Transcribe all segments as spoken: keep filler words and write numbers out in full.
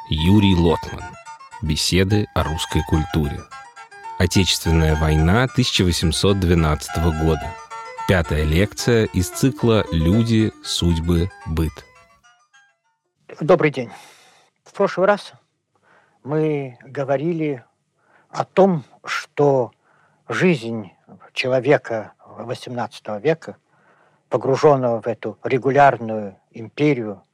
Юрий Лотман. Беседы о русской культуре. Отечественная война тысяча восемьсот двенадцатого года. Пятая лекция из цикла «Люди, судьбы, быт». Добрый день. В прошлый раз мы говорили о том, что жизнь человека восемнадцатого века, погруженного в эту регулярную империю,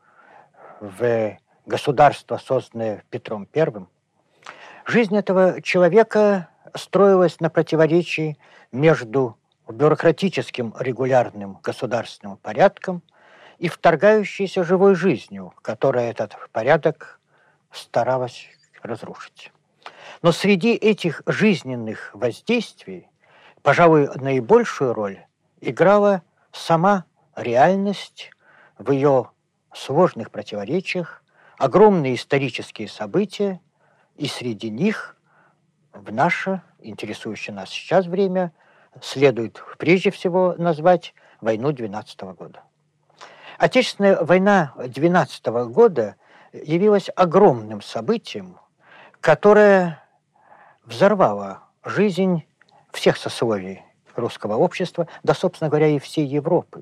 в государство, созданное Петром Первым, жизнь этого человека строилась на противоречии между бюрократическим регулярным государственным порядком и вторгающейся живой жизнью, которая этот порядок старалась разрушить. Но среди этих жизненных воздействий, пожалуй, наибольшую роль играла сама реальность в ее сложных противоречиях, огромные исторические события, и среди них в наше, интересующее нас сейчас время, следует прежде всего назвать войну двенадцатого года. Отечественная война двенадцатого года явилась огромным событием, которое взорвало жизнь всех сословий русского общества, да, собственно говоря, и всей Европы.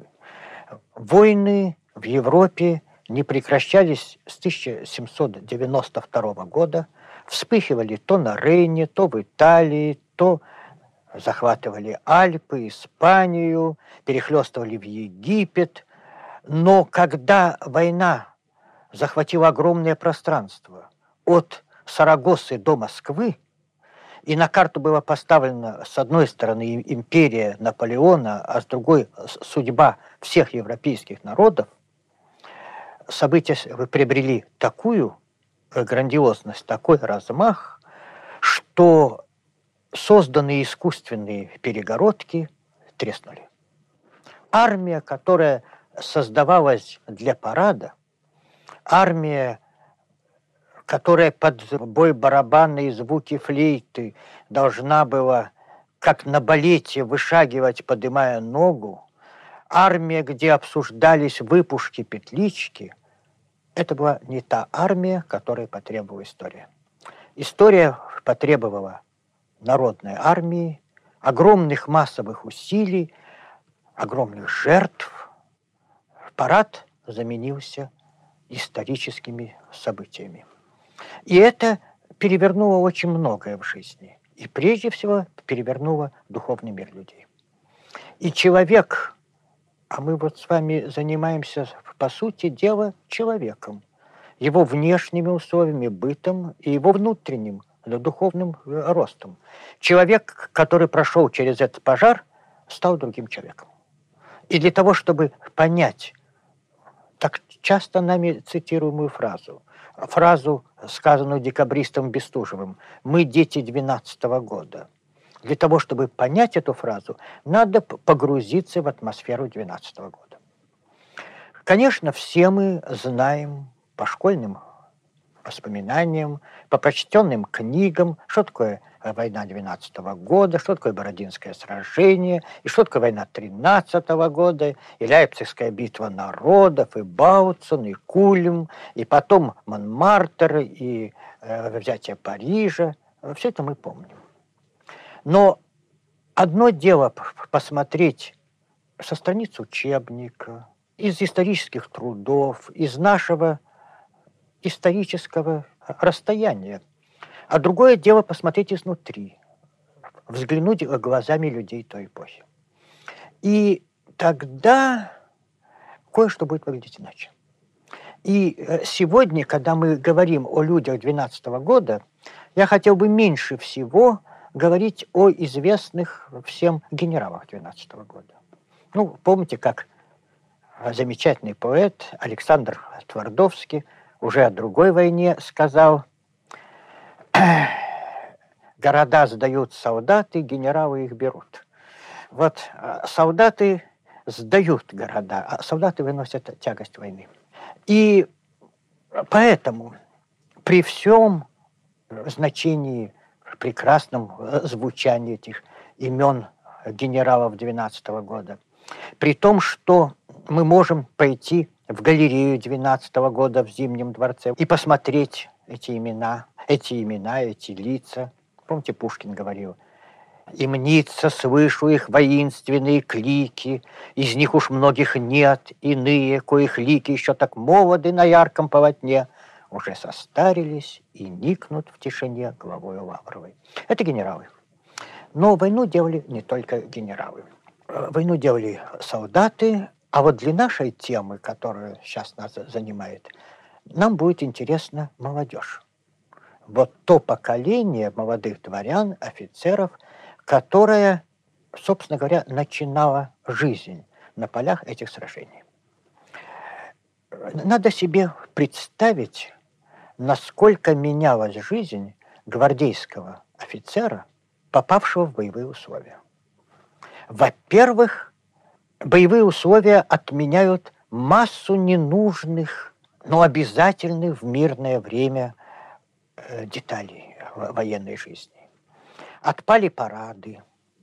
Войны в Европе не прекращались с тысяча семьсот девяносто второго года, вспыхивали то на Рейне, то в Италии, то захватывали Альпы, Испанию, перехлестывали в Египет. Но когда война захватила огромное пространство от Сарагосы до Москвы, и на карту была поставлена с одной стороны империя Наполеона, а с другой судьба всех европейских народов, события приобрели такую грандиозность, такой размах, что созданные искусственные перегородки треснули. Армия, которая создавалась для парада, армия, которая под бой барабана и звуки флейты должна была, как на балете, вышагивать, поднимая ногу, армия, где обсуждались выпушки, петлички, это была не та армия, которой потребовала история. История потребовала народной армии, огромных массовых усилий, огромных жертв. Парад заменился историческими событиями. И это перевернуло очень многое в жизни. И прежде всего перевернуло духовный мир людей. И человек, а мы вот с вами занимаемся, по сути дела, человеком, его внешними условиями, бытом и его внутренним, духовным ростом. Человек, который прошел через этот пожар, стал другим человеком. И для того, чтобы понять так часто нами цитируемую фразу, фразу, сказанную декабристом Бестужевым, «Мы дети двенадцатого года». Для того, чтобы понять эту фразу, надо погрузиться в атмосферу двенадцатого года. Конечно, все мы знаем по школьным воспоминаниям, по прочтенным книгам, что такое война двенадцатого года, что такое Бородинское сражение, и что такое война тринадцатого года, и Лейпцигская битва народов, и Бауцен, и Кульм, и потом Монмартр, и э, взятие Парижа. Все это мы помним. Но одно дело посмотреть со страниц учебника, из исторических трудов, из нашего исторического расстояния, а другое дело посмотреть изнутри, взглянуть глазами людей той эпохи. И тогда кое-что будет выглядеть иначе. И сегодня, когда мы говорим о людях двенадцатого года, я хотел бы меньше всего говорить о известных всем генералах двенадцатого года. Ну, помните, как замечательный поэт Александр Твардовский уже о другой войне сказал: города сдают солдаты, генералы их берут. Вот солдаты сдают города, а солдаты выносят тягость войны. И поэтому при всем значении, прекрасном звучании этих имен генералов двенадцатого года, при том, что мы можем пойти в галерею двенадцатого года в Зимнем дворце и посмотреть эти имена, эти имена, эти лица. Помните, Пушкин говорил: «И мнится свышу их воинственные клики, из них уж многих нет, иные, коих лики еще так молоды на ярком полотне, уже состарились и никнут в тишине главою лавровой». Это генералы. Но войну делали не только генералы. Войну делали солдаты, а вот для нашей темы, которая сейчас нас занимает, нам будет интересна молодежь. Вот то поколение молодых дворян, офицеров, которое, собственно говоря, начинало жизнь на полях этих сражений. Надо себе представить, насколько менялась жизнь гвардейского офицера, попавшего в боевые условия. Во-первых, боевые условия отменяют массу ненужных, но обязательных в мирное время деталей военной жизни. Отпали парады,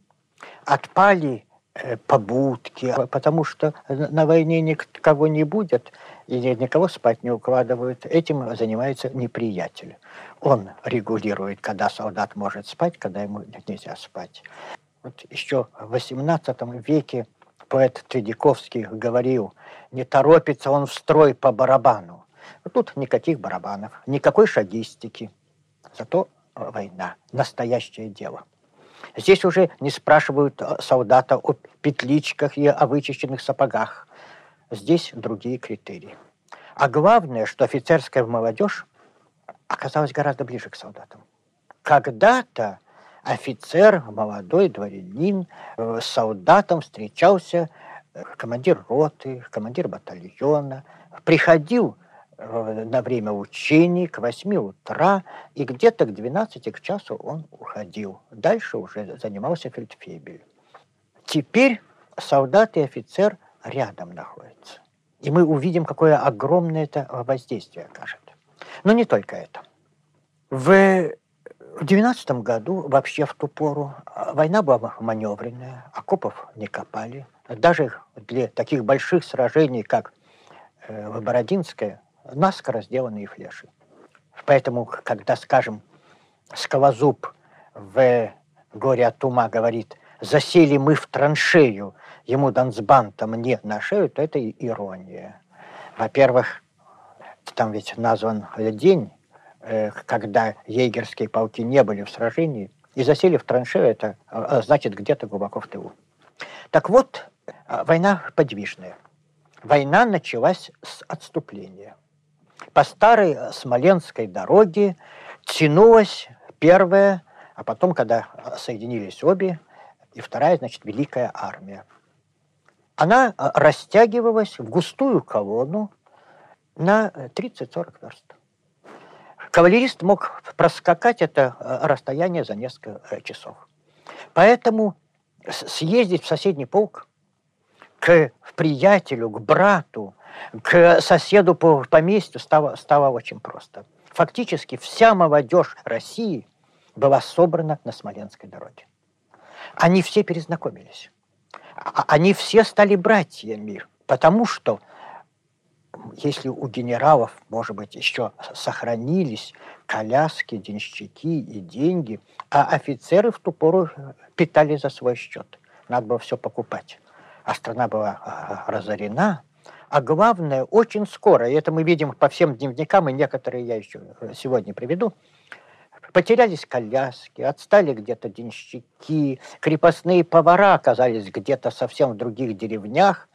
отпали побудки, потому что на войне никого не будет, и никого спать не укладывают. Этим занимается неприятель. Он регулирует, когда солдат может спать, когда ему нельзя спать. Вот еще в восемнадцатом веке поэт Тредяковский говорил: «Не торопится он в строй по барабану». Тут никаких барабанов, никакой шагистики. Зато война, настоящее дело. Здесь уже не спрашивают солдата о петличках и о вычищенных сапогах. Здесь другие критерии. А главное, что офицерская молодежь оказалась гораздо ближе к солдатам. Когда-то офицер, молодой дворянин, с солдатом встречался командир роты, командир батальона, приходил на время учений к восьми утра, и где-то к двенадцати к часу он уходил. Дальше уже занимался фельдфебель. Теперь солдат и офицер рядом находятся. И мы увидим, какое огромное это воздействие окажет. Но не только это. В девятнадцатом году, вообще в ту пору, война была маневренная, окопов не копали. Даже для таких больших сражений, как Бородинское, наскоро сделанные флеши. Поэтому, когда, скажем, Скалозуб в «Горе от ума» говорит: «Засели мы в траншею, ему дансбанта, мне на шею», то это ирония. Во-первых, там ведь назван день, когда егерские полки не были в сражении, и засели в траншею, это значит где-то глубоко в тылу. Так вот, война подвижная. Война началась с отступления. По старой Смоленской дороге тянулась первая, а потом, когда соединились обе, и вторая, значит, Великая армия. Она растягивалась в густую колонну на тридцать-сорок верст. Кавалерист мог проскакать это расстояние за несколько часов. Поэтому съездить в соседний полк к приятелю, к брату, к соседу по поместью стало, стало очень просто. Фактически вся молодежь России была собрана на Смоленской дороге. Они все перезнакомились. Они все стали братьями, потому что если у генералов, может быть, еще сохранились коляски, денщики и деньги, а офицеры в ту пору питали за свой счет. Надо было все покупать. А страна была разорена. А главное, очень скоро, и это мы видим по всем дневникам, и некоторые я еще сегодня приведу, потерялись коляски, отстали где-то денщики, крепостные повара оказались где-то совсем в других деревнях.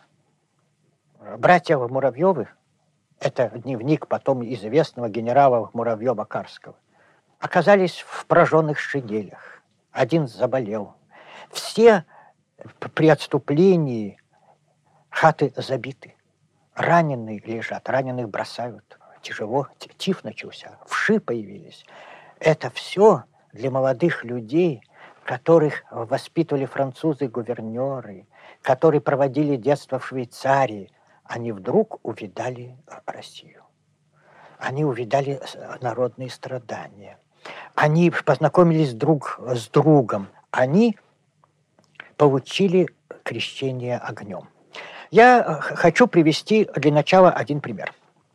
Братья Муравьевы, это дневник потом известного генерала Муравьева-Карского, оказались в прожженных шинелях. Один заболел. Все при отступлении хаты забиты. Раненые лежат, раненых бросают. Тяжело, тиф начался, вши появились. Это все для молодых людей, которых воспитывали французы-гувернеры, которые проводили детство в Швейцарии. Они вдруг увидали Россию. Они увидали народные страдания. Они познакомились друг с другом. Они получили крещение огнем. Я хочу привести для начала один пример.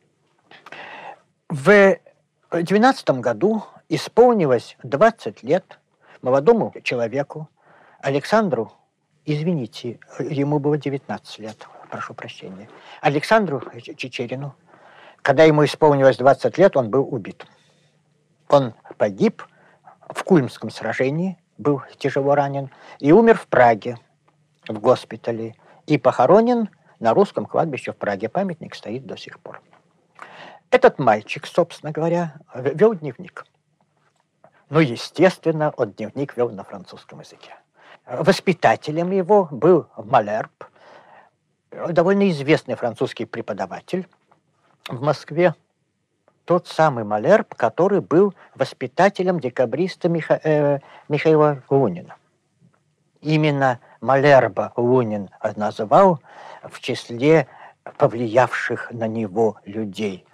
В двенадцатом году исполнилось двадцать лет молодому человеку Александру, извините, ему было девятнадцать лет, прошу прощения, Александру Чичерину. Когда ему исполнилось двадцать лет, он был убит. Он погиб в Кульмском сражении, был тяжело ранен, и умер в Праге, в госпитале, и похоронен на русском кладбище в Праге. Памятник стоит до сих пор. Этот мальчик, собственно говоря, вел дневник. Ну, естественно, он дневник вел на французском языке. Воспитателем его был Малерб, довольно известный французский преподаватель в Москве. Тот самый Малерб, который был воспитателем декабриста Миха... э, Михаила Лунина. Именно Малерба Лунин назвал в числе повлиявших на него людей.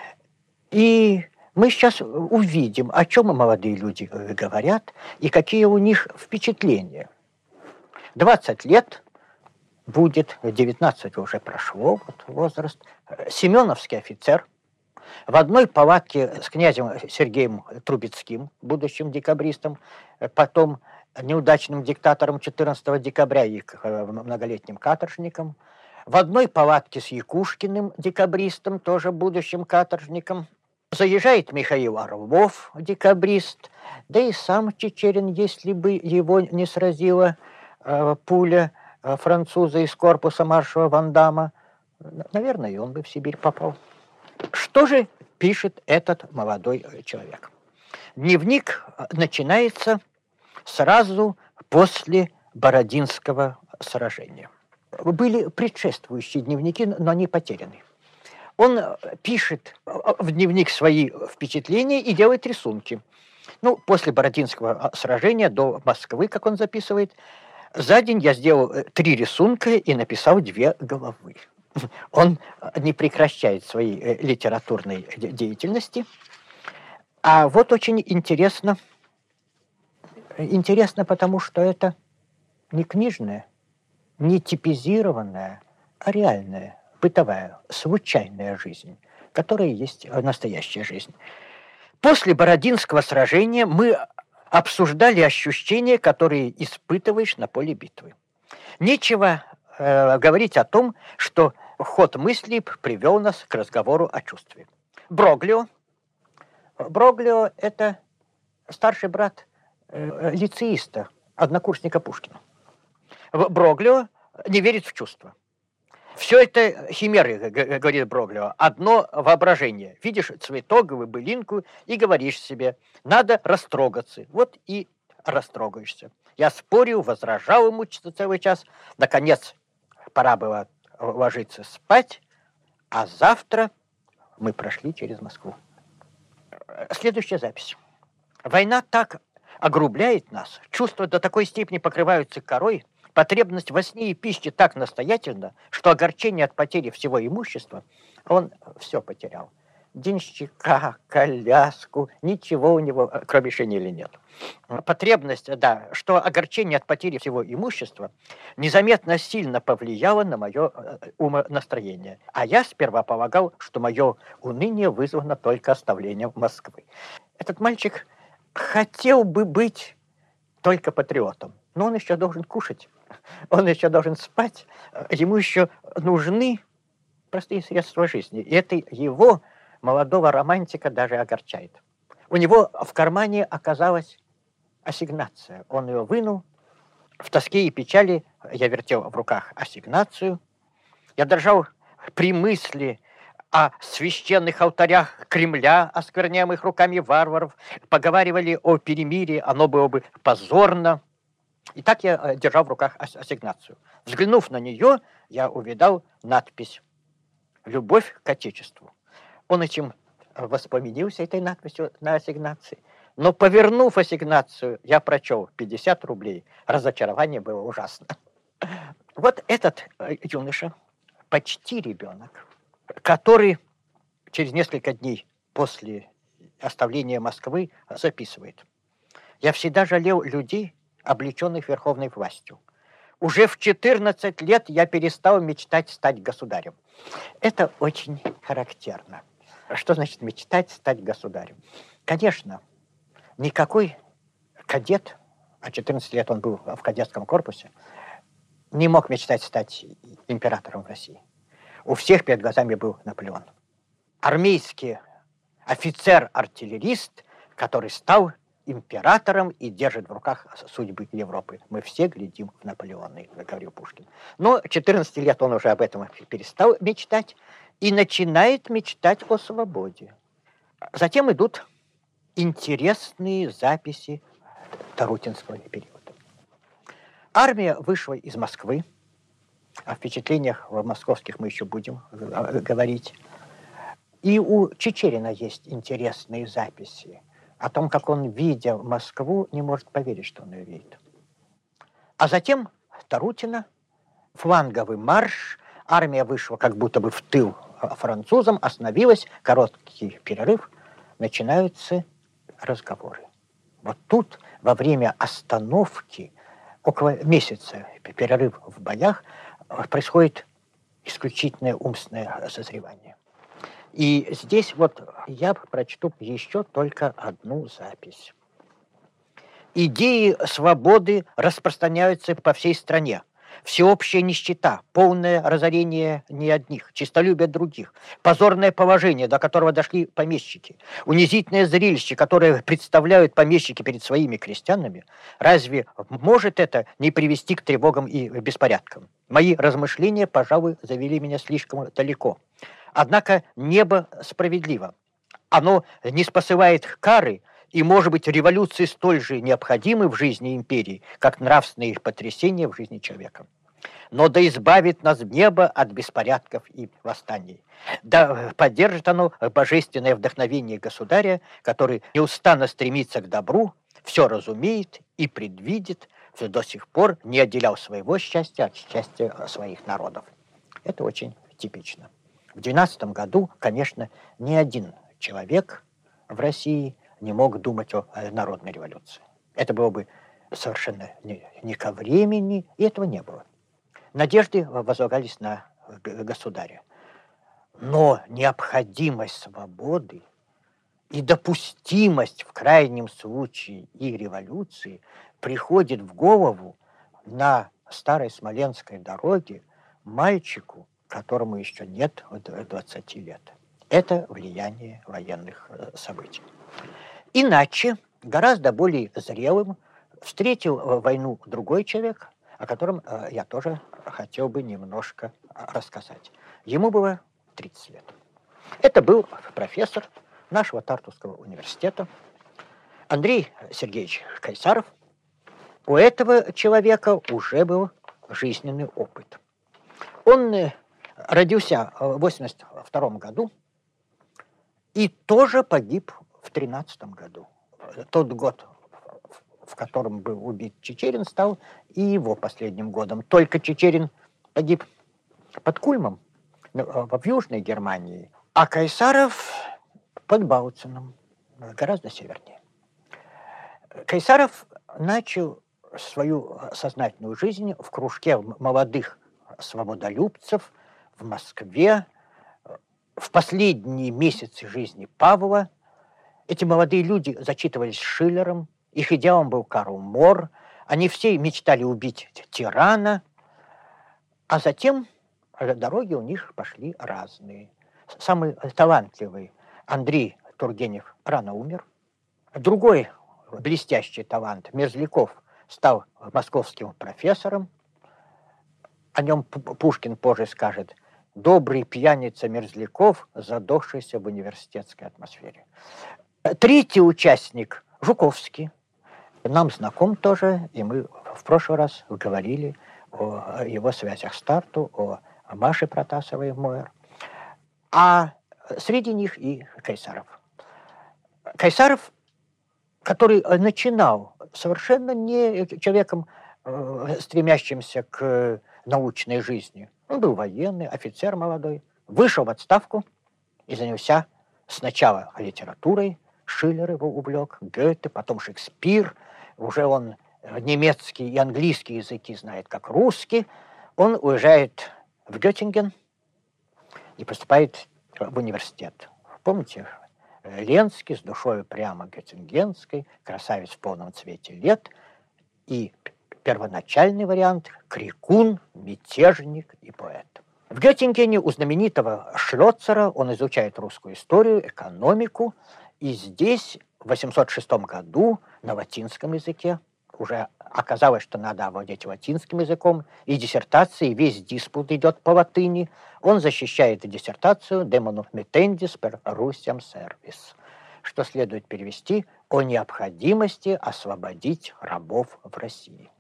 И мы сейчас увидим, о чем молодые люди говорят и какие у них впечатления. двадцать лет будет, девятнадцать уже прошло, вот возраст, семеновский офицер, в одной палатке с князем Сергеем Трубецким, будущим декабристом, потом неудачным диктатором четырнадцатого декабря и многолетним каторжником, в одной палатке с Якушкиным декабристом, тоже будущим каторжником. Заезжает Михаил Орлов, декабрист, да и сам Чичерин, если бы его не сразила э, пуля э, француза из корпуса маршала Ван Дамма, наверное, и он бы в Сибирь попал. Что же пишет этот молодой человек? Дневник начинается сразу после Бородинского сражения. Были предшествующие дневники, но они потеряны. Он пишет в дневник свои впечатления и делает рисунки. Ну, после Бородинского сражения до Москвы, как он записывает, за день я сделал три рисунка и написал две головы. Он не прекращает своей литературной деятельности. А вот очень интересно, интересно, потому что это не книжная, не типизированная, а реальная, бытовая, случайная жизнь, которая есть настоящая жизнь. После Бородинского сражения мы обсуждали ощущения, которые испытываешь на поле битвы. Нечего э, говорить о том, что ход мыслей привел нас к разговору о чувстве. Броглио. Броглио – это старший брат э, лицеиста, однокурсника Пушкина. Броглио не верит в чувства. Все это химеры, говорит Броглио, одно воображение. Видишь цветок, былинку и говоришь себе, надо растрогаться. Вот и растрогаешься. Я спорил, возражал ему целый час. Наконец, пора было ложиться спать, а завтра мы прошли через Москву. Следующая запись. Война так огрубляет нас, чувства до такой степени покрываются корой, потребность во сне и пище так настоятельна, что огорчение от потери всего имущества, он все потерял. Денщика, коляску, ничего у него, кроме шинели, нет. Потребность, да, что огорчение от потери всего имущества незаметно сильно повлияло на мое умонастроение. А я сперва полагал, что мое уныние вызвано только оставлением Москвы. Этот мальчик хотел бы быть только патриотом, но он еще должен кушать, он еще должен спать, ему еще нужны простые средства жизни. И это его, молодого романтика, даже огорчает. У него в кармане оказалась ассигнация. Он ее вынул. В тоске и печали я вертел в руках ассигнацию. Я дрожал при мысли о священных алтарях Кремля, оскверняемых руками варваров. Поговаривали о перемирии, оно было бы позорно. И так я держал в руках ассигнацию. Взглянув на нее, я увидал надпись «Любовь к Отечеству». Он этим воспламенился, этой надписью на ассигнации. Но, повернув ассигнацию, я прочел пятьдесят рублей. Разочарование было ужасно. Вот этот юноша, почти ребенок, который через несколько дней после оставления Москвы записывает. «Я всегда жалел людей, облеченных верховной властью. Уже в четырнадцать лет я перестал мечтать стать государем. Это очень характерно. Что значит мечтать стать государем? Конечно, никакой кадет, а четырнадцать лет он был в кадетском корпусе, не мог мечтать стать императором в России. У всех перед глазами был Наполеон. Армейский офицер-артиллерист, который стал императором и держит в руках судьбы Европы. Мы все глядим в Наполеона, говорил Пушкин. Но четырнадцать лет он уже об этом перестал мечтать и начинает мечтать о свободе. Затем идут интересные записи Тарутинского периода. Армия вышла из Москвы. О впечатлениях московских мы еще будем говорить. И у Чичерина есть интересные записи о том, как он, видя Москву, не может поверить, что он ее видит. А затем Тарутина, фланговый марш, армия вышла как будто бы в тыл французам, остановилась, короткий перерыв, начинаются разговоры. Вот тут, во время остановки, около месяца перерыв в боях, происходит исключительное умственное созревание. И здесь вот я прочту еще только одну запись. Идеи свободы распространяются по всей стране. Всеобщая нищета, полное разорение не одних, честолюбие других, позорное положение, до которого дошли помещики, унизительное зрелище, которое представляют помещики перед своими крестьянами, разве может это не привести к тревогам и беспорядкам? Мои размышления, пожалуй, завели меня слишком далеко. Однако небо справедливо. Оно не спосылает кары, и, может быть, революции столь же необходимы в жизни империи, как нравственные потрясения в жизни человека. Но да избавит нас небо от беспорядков и восстаний. Да поддержит оно божественное вдохновение государя, который неустанно стремится к добру, все разумеет и предвидит, что до сих пор не отделял своего счастья от счастья своих народов. Это очень типично. В двенадцатом году, конечно, ни один человек в России не мог думать о народной революции. Это было бы совершенно не, не ко времени, и этого не было. Надежды возлагались на государя. Но необходимость свободы и допустимость в крайнем случае и революции приходит в голову на старой Смоленской дороге мальчику, которому еще нет двадцати лет. Это влияние военных событий. Иначе, гораздо более зрелым, встретил войну другой человек, о котором я тоже хотел бы немножко рассказать. Ему было тридцать лет. Это был профессор нашего Тартусского университета Андрей Сергеевич Кайсаров. У этого человека уже был жизненный опыт. Он родился в восемьдесят втором году и тоже погиб в тринадцатом году. Тот год, в котором был убит Чичерин, стал и его последним годом. Только Чичерин погиб под Кульмом в Южной Германии, а Кайсаров под Бауцином, гораздо севернее. Кайсаров начал свою сознательную жизнь в кружке молодых свободолюбцев в Москве. В последние месяцы жизни Павла эти молодые люди зачитывались Шиллером, их идеалом был Карл Мор, они все мечтали убить тирана, а затем дороги у них пошли разные. Самый талантливый Андрей Тургенев рано умер, другой блестящий талант Мерзляков стал московским профессором, о нем Пушкин позже скажет: добрый пьяница Мерзляков, задохшийся в университетской атмосфере. Третий участник Жуковский. Нам знаком тоже, и мы в прошлый раз говорили о его связях с Тарту, о Маше Протасовой-Мойер. А среди них и Кайсаров. Кайсаров, который начинал совершенно не человеком, стремящимся к научной жизни. Он был военный, офицер молодой, вышел в отставку и занялся сначала литературой, Шиллер его увлек, Гёте, потом Шекспир. Уже он немецкий и английский языки знает как русский, он уезжает в Геттинген и поступает в университет. Помните, Ленский с душой прямо геттингенской, красавец в полном цвете лет, и первоначальный вариант – крикун, мятежник и поэт. В Геттингене у знаменитого Шлёцера он изучает русскую историю, экономику, и здесь в восемьсот шестом году на латинском языке уже оказалось, что надо овладеть латинским языком, и диссертации, весь диспут идет по латыни. Он защищает диссертацию «De manumitendis per Russiam service», что следует перевести «о необходимости освободить рабов в России».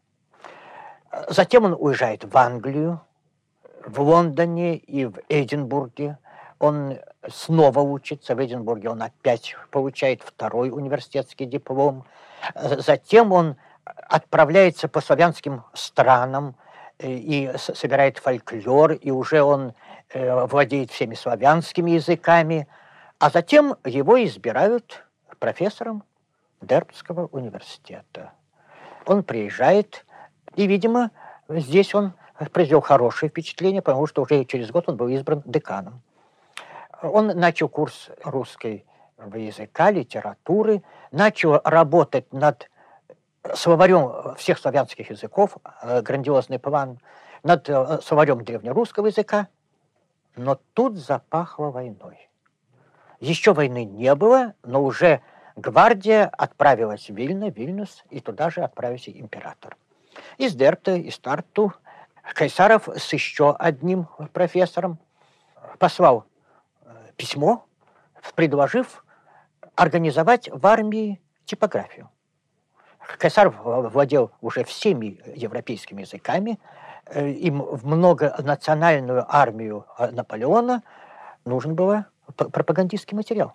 Затем он уезжает в Англию, в Лондоне и в Эдинбурге. Он снова учится. В Эдинбурге он опять получает второй университетский диплом. Затем он отправляется по славянским странам и собирает фольклор, и уже он владеет всеми славянскими языками. А затем его избирают профессором Дербцкого университета. Он приезжает, и, видимо, здесь он произвел хорошее впечатление, потому что уже через год он был избран деканом. Он начал курс русского языка, литературы, начал работать над словарем всех славянских языков, грандиозный план, над словарем древнерусского языка, но тут запахло войной. Еще войны не было, но уже гвардия отправилась в Вильно, Вильнюс, и туда же отправился император. Из Дербта, из Тарту Кайсаров с еще одним профессором послал письмо, предложив организовать в армии типографию. Кайсаров владел уже всеми европейскими языками, им в многонациональную армию Наполеона нужен был пропагандистский материал.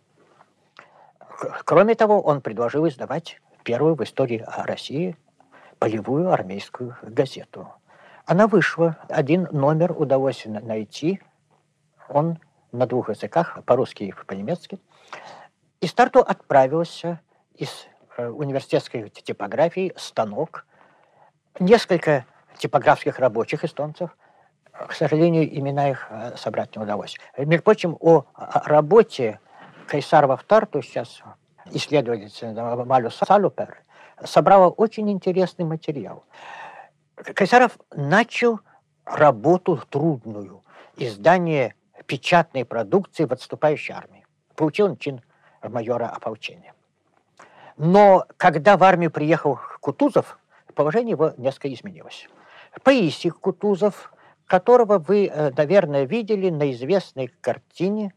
Кроме того, он предложил издавать первую в истории России полевую армейскую газету. Она вышла, один номер удалось найти, он на двух языках, по-русски и по-немецки. Из Тарту отправился из университетской типографии станок, несколько типографских рабочих эстонцев. К сожалению, имена их собрать не удалось. Между прочим, о работе Кайсарова в Тарту сейчас исследователь Малю Салупер собрала очень интересный материал. Кайсаров начал работу трудную, издание печатной продукции в отступающей армии. Получил он чин майора ополчения. Но когда в армию приехал Кутузов, положение его несколько изменилось. Паисий Кутузов, которого вы, наверное, видели на известной картине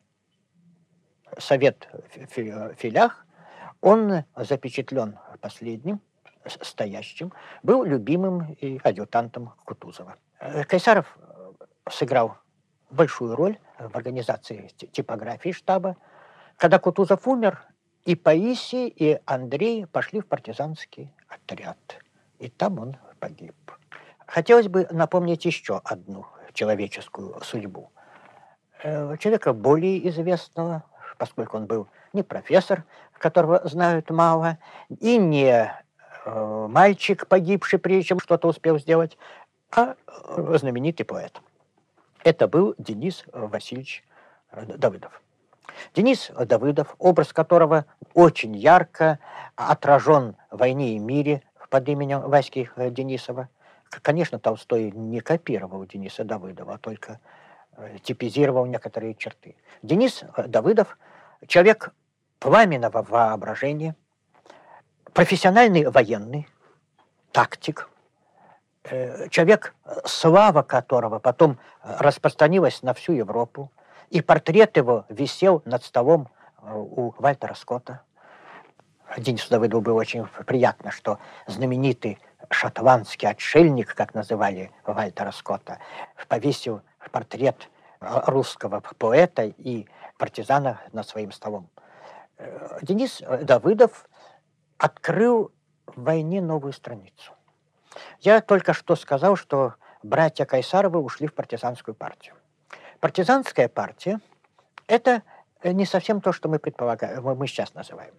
«Совет в филях», он запечатлен последним, стоящим, был любимым и адъютантом Кутузова. Кайсаров сыграл большую роль в организации типографии штаба. Когда Кутузов умер, и Паисий, и Андрей пошли в партизанский отряд. И там он погиб. Хотелось бы напомнить еще одну человеческую судьбу. Человека более известного, поскольку он был не профессор, которого знают мало, и не мальчик, погибший, прежде чем что-то успел сделать, а знаменитый поэт. Это был Денис Васильевич Давыдов. Денис Давыдов, образ которого очень ярко отражен в «Войне и мире» под именем Васьки Денисова. Конечно, Толстой не копировал Дениса Давыдова, а только типизировал некоторые черты. Денис Давыдов – человек пламенного воображения, профессиональный военный, тактик, человек, слава которого потом распространилась на всю Европу, и портрет его висел над столом у Вальтера Скотта. Денису Давыдову было очень приятно, что знаменитый шотландский отшельник, как называли Вальтера Скотта, повесил портрет русского поэта и партизана над своим столом. Денис Давыдов открыл в войне новую страницу. Я только что сказал, что братья Кайсаровы ушли в партизанскую партию. Партизанская партия – это Не совсем то, что мы предполагаем, мы сейчас называем.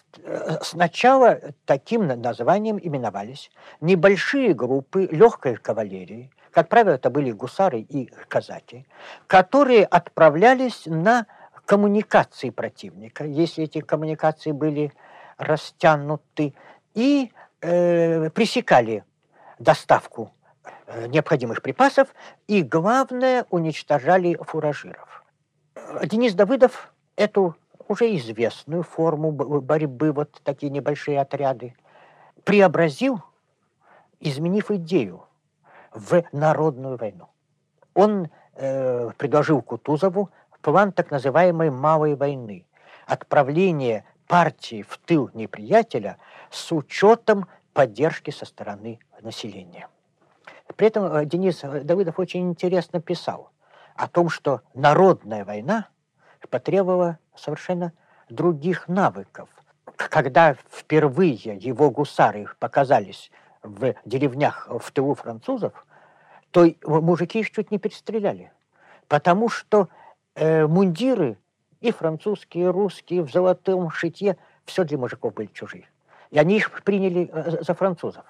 Сначала таким названием именовались небольшие группы легкой кавалерии, как правило, это были гусары и казаки, которые отправлялись на коммуникации противника, если эти коммуникации были растянуты, и э, пресекали доставку э, необходимых припасов, и, главное, уничтожали фуражиров. Денис Давыдов эту уже известную форму борьбы, вот такие небольшие отряды, преобразил, изменив идею в народную войну. Он э, предложил Кутузову план так называемой «малой войны», отправление партии в тыл неприятеля с учетом поддержки со стороны населения. При этом Денис Давыдов очень интересно писал о том, что народная война потребовала совершенно других навыков. Когда впервые его гусары показались в деревнях в тылу французов, то мужики их чуть не перестреляли, потому что э, мундиры и французские, и русские в золотом шитье, все для мужиков были чужие. И они их приняли э, за французов.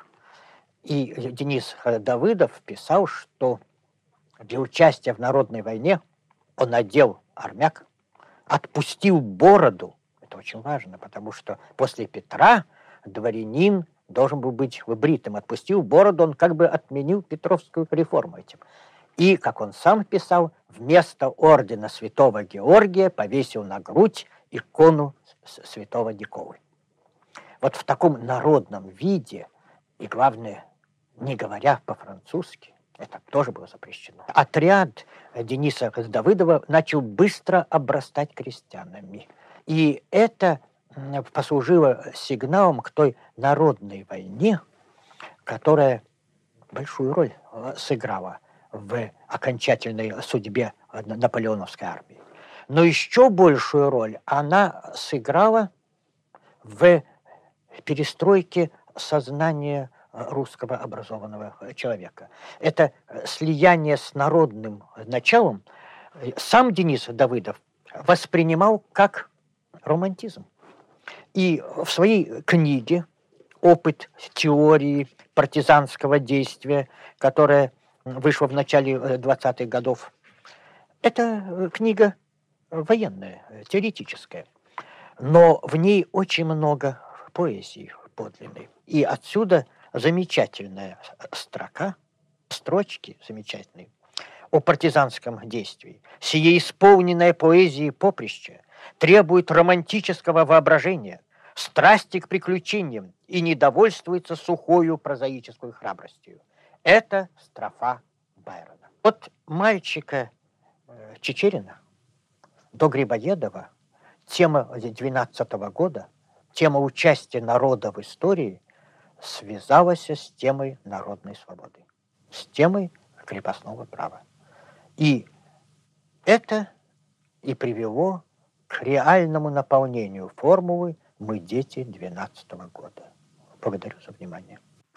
И Денис Давыдов писал, что для участия в народной войне он надел армяк, отпустил бороду. Это очень важно, потому что после Петра дворянин должен был быть бритым. Отпустил бороду, он как бы отменил Петровскую реформу этим. И, как он сам писал, вместо ордена святого Георгия повесил на грудь икону святого Николы. Вот в таком народном виде, и главное, не говоря по-французски, это тоже было запрещено. Отряд Дениса Давыдова начал быстро обрастать крестьянами. И это послужило сигналом к той народной войне, которая большую роль сыграла в окончательной судьбе наполеоновской армии. Но еще большую роль она сыграла в перестройке сознания русского образованного человека. Это слияние с народным началом сам Денис Давыдов воспринимал как романтизм. И в своей книге «Опыт теории партизанского действия», которая вышла в начале двадцатых годов, это книга военная, теоретическая, но в ней очень много поэзии подлинной. И отсюда замечательная строка, строчки замечательные о партизанском действии. «Сие исполненное поэзии поприще требует романтического воображения, страсти к приключениям и недовольствуется сухою прозаической храбростью». Это строфа Байрона. От мальчика э, Чичерина до Грибоедова тема двенадцатого года, тема участия народа в истории связалась с темой народной свободы, с темой крепостного права. И это и привело к реальному наполнению формулы «Мы дети двенадцатого года». Благодарю за внимание.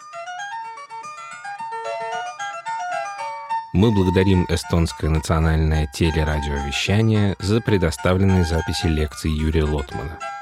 Мы благодарим Эстонское национальное телерадиовещание за предоставленные записи лекций Юрия Лотмана.